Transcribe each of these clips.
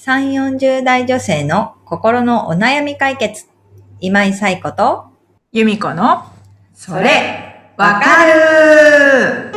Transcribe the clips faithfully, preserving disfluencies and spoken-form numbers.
さんじゅう、よんじゅう代女性の心のお悩み解決。今井彩子と由美子のそれわかる。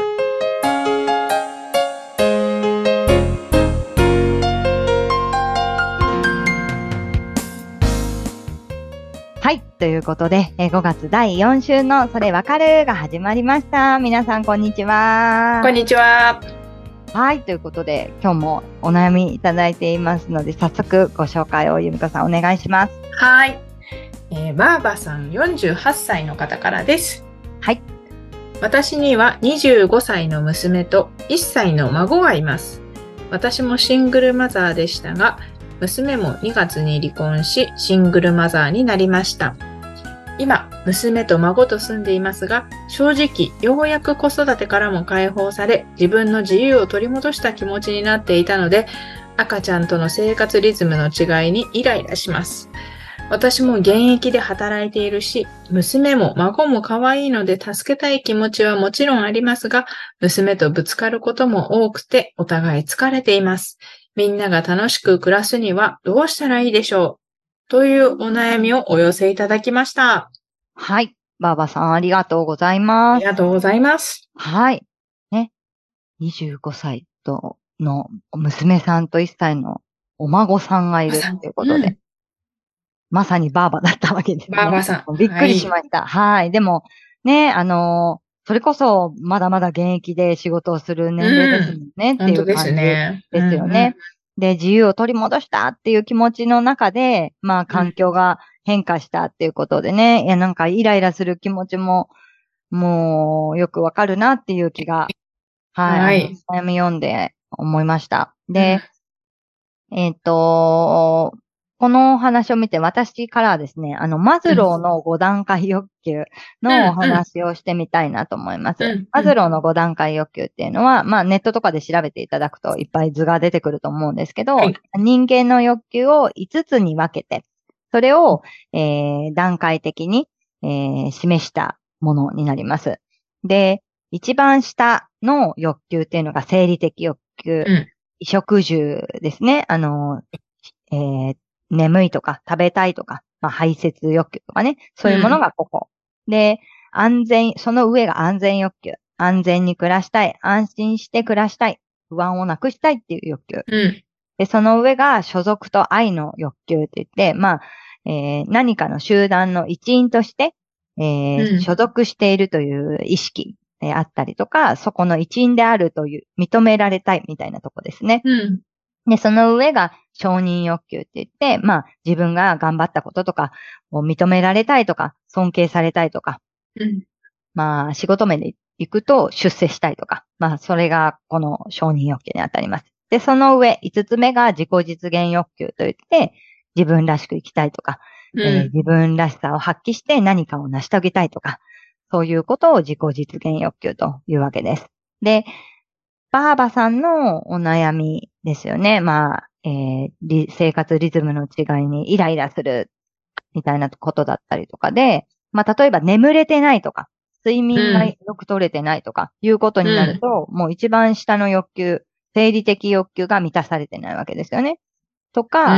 はい。ということで、えーごがつだいよん週のそれわかるが始まりました。皆さん、こんにちは。 こんにちは。 はい。ということで、今日もお悩みいただいていますので、早速ご紹介を由美子さんお願いします。 はい、えー、バーバさんよんじゅうはっさいの方からです。 はい。 私にはにじゅうごさいの娘といっさいの孫がいます。私もシングルマザーでしたが、娘もにがつに離婚し、シングルマザーになりました。今、娘と孫と住んでいますが、正直、ようやく子育てからも解放され、自分の自由を取り戻した気持ちになっていたので、赤ちゃんとの生活リズムの違いにイライラします。私も現役で働いているし、娘も孫も可愛いので助けたい気持ちはもちろんありますが、娘とぶつかることも多くて、お互い疲れています。みんなが楽しく暮らすにはどうしたらいいでしょうというお悩みをお寄せいただきました。 はい。バーバさん、ありがとうございます。 ありがとうございます。 はい。ね。にじゅうごさいとの娘さんといっさいのお孫さんがいるということで、うん、まさにバーバだったわけですね。 バーバさん。 びっくりしました。はい。はい。でも、ね、あのー、それこそ、まだまだ現役で仕事をする年齢ですもんね、うん、っていう感じですよね。うんうん、で、自由を取り戻したっていう気持ちの中で、まあ、環境が変化したっていうことでね、うん、いや、なんかイライラする気持ちも、もう、よくわかるなっていう気が、はい。はい。悩み読んで思いました。で、うん、えっと、このお話を見て私からはですね、あの、マズローのご段階欲求のお話をしてみたいなと思います。うんうん、マズローのご段階欲求っていうのは、まあネットとかで調べていただくといっぱい図が出てくると思うんですけど、はい、人間の欲求をいつつに分けて、それを、えー、段階的に、えー、示したものになります。で、一番下の欲求っていうのが生理的欲求、うん、衣食住ですね。あの、えー眠いとか食べたいとか、まあ、排泄欲求とかね、そういうものがここ。うん、で、安全、その上が安全欲求。安全に暮らしたい。安心して暮らしたい。不安をなくしたいっていう欲求。うん、で、その上が所属と愛の欲求って言って、まあ、えー、何かの集団の一員として、えーうん、所属しているという意識であったりとか、そこの一員であるという、認められたいみたいなとこですね。うんで、その上が承認欲求って言って、まあ自分が頑張ったこととかを認められたいとか、尊敬されたいとか、うん、まあ仕事面で行くと出世したいとか、まあそれがこの承認欲求にあたります。で、その上、五つ目が自己実現欲求と言って、自分らしく生きたいとか、うんえー、自分らしさを発揮して何かを成し遂げたいとか、そういうことを自己実現欲求というわけです。で、バーバさんのお悩みですよね。まあ、えー、生活リズムの違いにイライラするみたいなことだったりとかで、まあ、例えば眠れてないとか、睡眠がよく取れてないとかいうことになると、うん、もう一番下の欲求、生理的欲求が満たされてないわけですよね。とか、うん、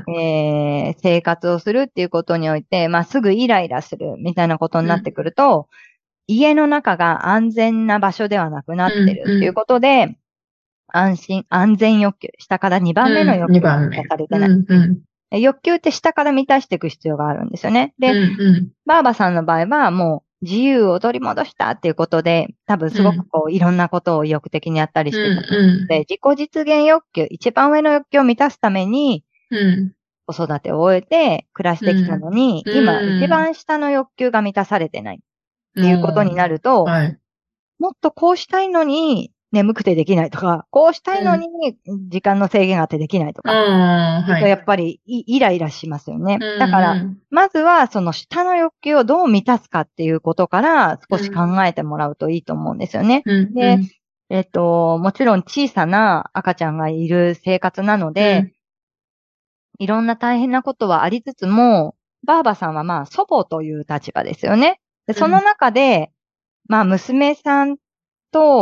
えー、生活をするっていうことにおいて、まあ、すぐイライラするみたいなことになってくると、うん家の中が安全な場所ではなくなってるっていうことで、うんうん、安心、安全欲求、下からにばんめの欲求が満たされてない、うんうん。欲求って下から満たしていく必要があるんですよね。で、うんうん、バーバさんの場合はもう自由を取り戻したっていうことで、多分すごくこう、いろんなことを意欲的にやったりしてたので、うんうん、自己実現欲求、一番上の欲求を満たすために、うん子育てを終えて暮らしてきたのに、うん、今一番下の欲求が満たされてない。っていうことになると、はい、もっとこうしたいのに眠くてできないとか、こうしたいのに時間の制限があってできないとか、うんはい、やっぱりイライラしますよね。うん、だから、まずはその下の欲求をどう満たすかっていうことから少し考えてもらうといいと思うんですよね。うん、で、えっと、もちろん小さな赤ちゃんがいる生活なので、うん、いろんな大変なことはありつつも、バーバさんはまあ祖母という立場ですよね。でその中で、まあ、娘さんと、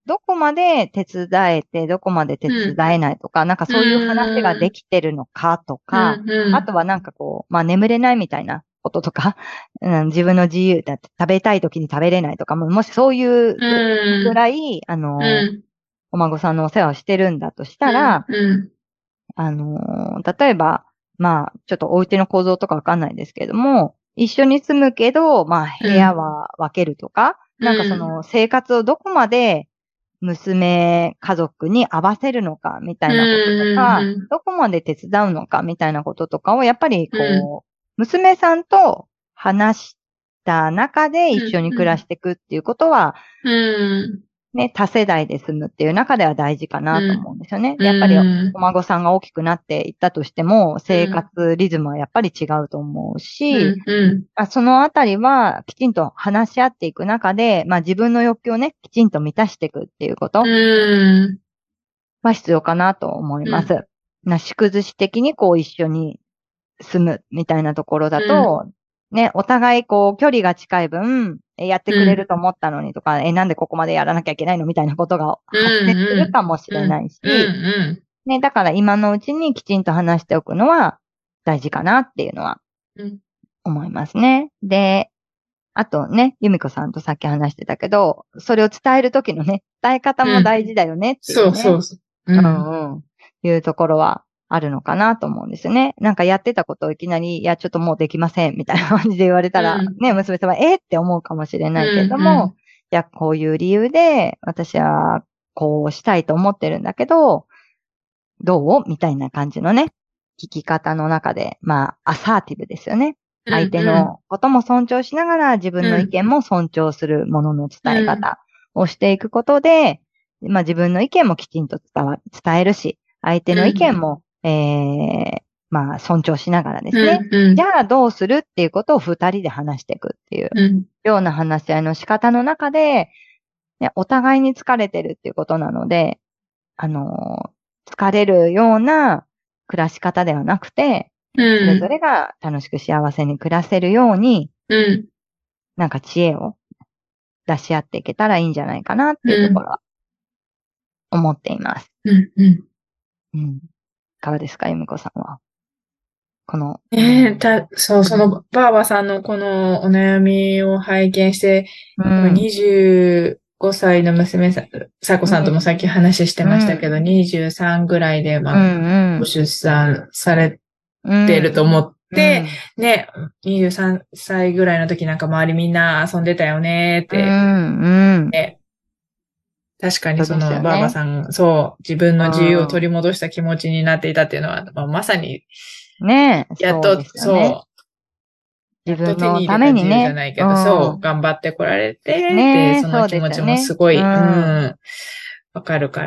どこまで手伝えて、どこまで手伝えないとか、うん、なんかそういう話ができてるのかとか、うんうん、あとはなんかこう、まあ眠れないみたいなこととか、うん、自分の自由だって食べたい時に食べれないとか、もしそういうぐらい、うん、あの、うん、お孫さんのお世話をしてるんだとしたら、うんうん、あの、例えば、まあ、ちょっとお家の構造とかわかんないですけども、一緒に住むけど、まあ、部屋は分けるとか、うん、なんかその生活をどこまで娘家族に合わせるのかみたいなこととか、うんうん、どこまで手伝うのかみたいなこととかをやっぱりこう、うん、娘さんと話した中で一緒に暮らしていくっていうことは、うんうんね、多世代で住むっていう中では大事かなと思うんですよね。うん、やっぱりお孫さんが大きくなっていったとしても、生活リズムはやっぱり違うと思うし、うんうん、そのあたりはきちんと話し合っていく中で、まあ自分の欲求をね、きちんと満たしていくっていうことは必要かなと思います。うん、なし崩し的にこう一緒に住むみたいなところだと、うんね、お互いこう距離が近い分、やってくれると思ったのにとか、うん、え、なんでここまでやらなきゃいけないのみたいなことが発生するかもしれないし、うんうん、ね、だから今のうちにきちんと話しておくのは大事かなっていうのは思いますね。で、あとね、由美子さんとさっき話してたけど、それを伝えるときのね、伝え方も大事だよねっていうね。うん、そうそうそう。うん、うんうん。いうところはあるのかなと思うんですよね。なんかやってたことをいきなり、いや、ちょっともうできません、みたいな感じで言われたら、うん、ね、娘さんは、えー、って思うかもしれないけれども、うんうん、いや、こういう理由で、私はこうしたいと思ってるんだけど、どうみたいな感じのね、聞き方の中で、まあ、アサーティブですよね。相手のことも尊重しながら自分の意見も尊重するものの伝え方をしていくことで、まあ自分の意見もきちんと伝わ、伝えるし、相手の意見も、うん、えー、まあ尊重しながらですね、うんうん。じゃあどうするっていうことを二人で話していくっていうような話し合いの仕方の中で、ね、お互いに疲れてるっていうことなので、あのー、疲れるような暮らし方ではなくて、それぞれが楽しく幸せに暮らせるように、うん、なんか知恵を出し合っていけたらいいんじゃないかなっていうところは思っています。うんうんうん、いかがですか、由美子さんは。この。 ええー、た、そう、そのばあばさんのこのお悩みを拝見して、うん、にじゅうごさいの娘さん、さこさんともさっき話してましたけど、うん、にじゅうさんぐらいで、まあ、うんうん、ご出産されてると思って、うん、ね、にじゅうさんさいぐらいの時なんか周りみんな遊んでたよねって、うんうんね、確かにそのばあばさん、そう、自分の自由を取り戻した気持ちになっていたっていうのは、まあ、まさに、 ねえ、やっと、そう、そう、 自分のためにね、 やっと手に入れた自由じゃないけど、うん、そう、頑張ってこられて、 ね、 で、その気持ちもすごい、う、ね、うん、わかるから、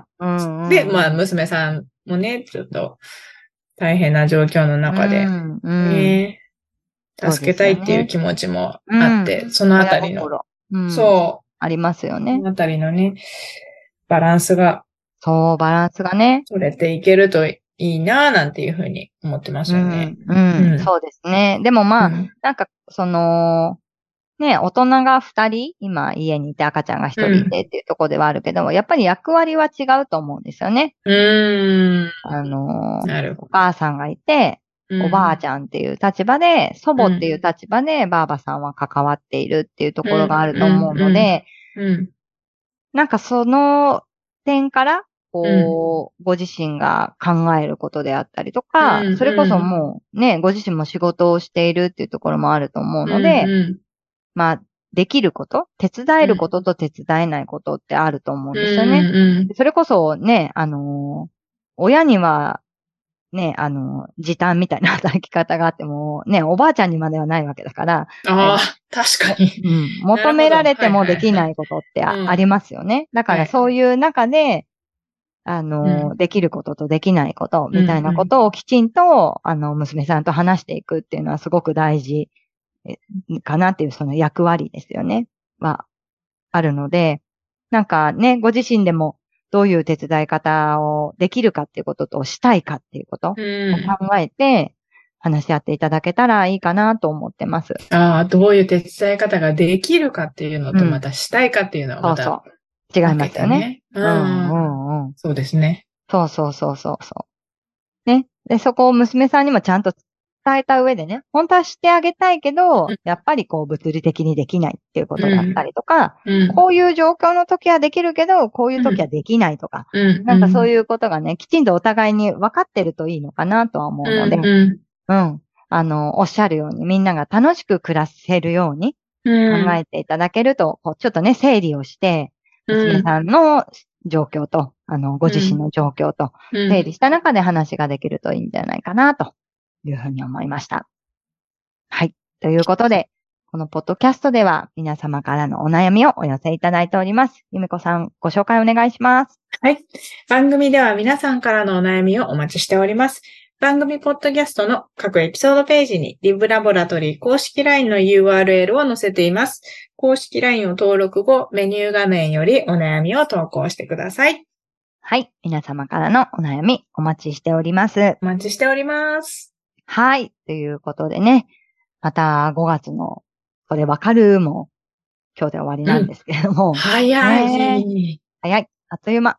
うんうん、で、まあ、娘さんもね、ちょっと、大変な状況の中で、うんうんね、助けたいっていう気持ちもあって、そ, ね、うん、そのあたりの、うん、そう、 ありますよね。 そのあたりのね、バランスが、 そう、バランスがね、 取れていけるといいなぁなんていうふうに思ってますよね。 うん、うんうん、そうですね。でもまあ、うん、なんか、その、ね、大人が二人、今家にいて赤ちゃんが一人いてっていうところではあるけども、うん、やっぱり役割は違うと思うんですよね。 うーん。 あのー、お母さんがいて、おばあちゃんっていう立場で、祖母っていう立場で、ばあばさんは関わっているっていうところがあると思うので、なんかその点から、こう、ご自身が考えることであったりとか、それこそもうね、ご自身も仕事をしているっていうところもあると思うので、まあ、できること、手伝えることと手伝えないことってあると思うんですよね。それこそね、あのー、親には、ね、あのー、時短みたいな働き方があっても、ね、おばあちゃんにまではないわけだから。 ああ、確かに。 うん。求められてもできないことってありますよね。だからそういう中で、あのー、できることとできないことみたいなことをきちんと、あの、娘さんと話していくっていうのはすごく大事かなっていうその役割ですよね。は、あるので、なんかね、ご自身でもどういう手伝い方をできるかっていうこととしたいかっていうことを考えて話し合っていただけたらいいかなと思ってます。 ああ、どういう手伝い方ができるかっていうのと、またしたいかっていうのはまた違いますよね。 うん、 うんうん。 そうですね。 そうそうそうそうそう。ね。で、そこを娘さんにもちゃんと伝えた上でね、本当はしてあげたいけど、 うん、 やっぱりこう物理的にできないっていうことだったりとか、 うん、 こういう状況の時はできるけど、こういう時はできないとか、 うん、 なんかそういうことがね、きちんとお互いに分かってるといいのかなとは思うので、 うん、うん、 うん。あの、おっしゃるようにみんなが楽しく暮らせるように考えていただけると、こうちょっとね、整理をして、娘さんの状況と、あの、ご自身の状況と、整理した中で話ができるといいんじゃないかな、というふうに思いました。はい。ということで、このポッドキャストでは皆様からのお悩みをお寄せいただいております。ゆめこさん、ご紹介お願いします。 はい。番組では皆さんからのお悩みをお待ちしております。番組ポッドキャストの各エピソードページにリブラボラトリー公式 ライン の ユーアールエル を載せています。公式 ライン を登録後、メニュー画面よりお悩みを投稿してください。 はい。皆様からのお悩みお待ちしております。 お待ちしております。 はい。ということでね、またごがつのそれわかるも今日で終わりなんですけれども。うん、 早い、 ね。早い。あっという間。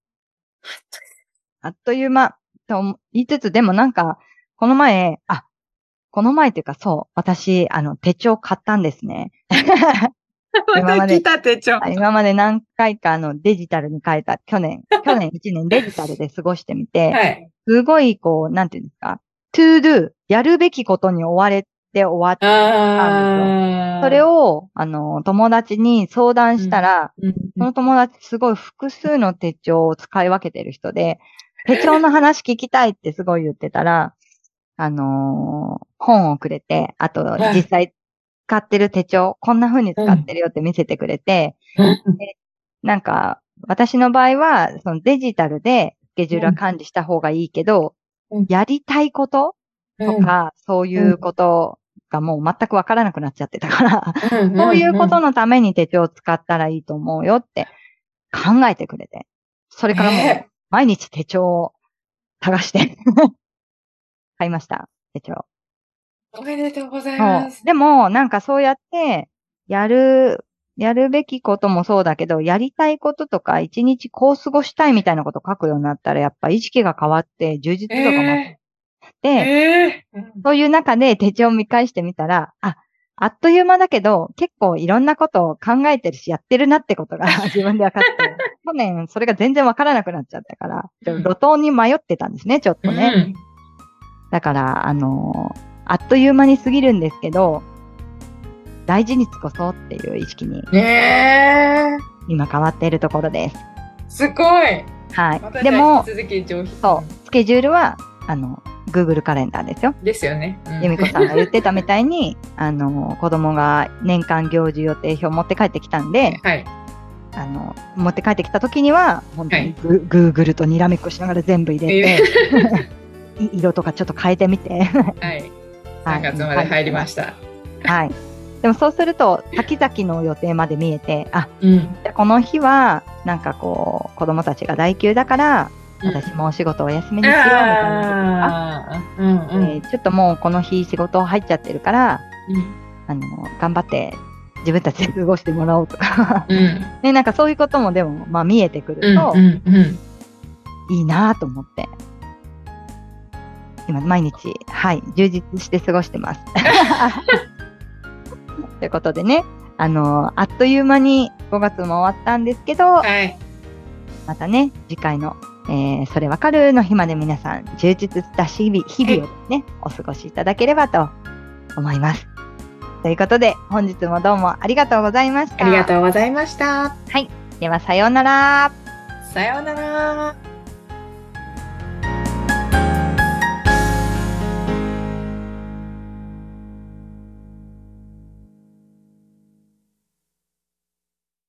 あっという間。と言いつつ、でもなんか、この前、あ、この前っていうかそう、私、あの、手帳買ったんですね。 今まで来た手帳。 今まで何回かあのデジタルに変えた、去年、去年いちねんデジタルで過ごしてみて、はい、すごいこう、なんていうんですか、to do、やるべきことに追われて終わったんですよ。それを、あの、友達に相談したら、うんうん、その友達すごい複数の手帳を使い分けてる人で、手帳の話聞きたいってすごい言ってたら、あのー、本をくれて、あと実際使ってる手帳、こんな風に使ってるよって見せてくれて、うん、でなんか、私の場合は、そのデジタルでスケジュールは管理した方がいいけど、うん、やりたいこととか、うん、そういうことがもう全くわからなくなっちゃってたから、うん、そういうことのために手帳を使ったらいいと思うよって考えてくれて、それからもう毎日手帳を探して買いました、手帳。 おめでとうございます。 でも、なんかそうやって、やる、やるべきこともそうだけど、やりたいこととか、一日こう過ごしたいみたいなことを書くようになったら、やっぱ意識が変わって、充実度が増して、えー、そういう中で手帳を見返してみたら、あ、あっという間だけど、結構いろんなことを考えてるし、やってるなってことが自分で分かって、去年それが全然分からなくなっちゃったから、路頭に迷ってたんですね、ちょっとね。うん、だから、あのー、あっという間に過ぎるんですけど、大事に尽こそうっていう意識に、今変わっているところです。 すごい。 はい。 ま、 でも、 そう、 スケジュールは、あの、Google カレンダーですよ。 ですよね。 うん、由美子さんが言ってたみたいに、あの、子供が年間行事予定表を持って帰ってきたんで、はい。あの、持って帰ってきた時には、本当に、はい、Google とにらめっこしながら全部入れて、色とかちょっと変えてみて。 はい。さんがつまで入りました。 はい。でもそうすると、先々の予定まで見えて、あ、うん、この日は、なんかこう、子供たちが代休だから、うん、私もお仕事をお休みにしようみたいなことか、うんうんえー、ちょっともうこの日仕事入っちゃってるから、うん、あの、頑張って自分たちで過ごしてもらおうとか、うんね、なんかそういうこともでも、まあ見えてくると、うんうんうん、いいなぁと思って。今、毎日、はい、充実して過ごしてます。ということでね、あのー、あっという間にごがつも終わったんですけど、はい、またね、次回の、えー、それわかるの日まで皆さん、充実した日々、日々をね、お過ごしいただければと思います。ということで、本日もどうもありがとうございました。 ありがとうございました。 はい。では、さようなら。 さようなら。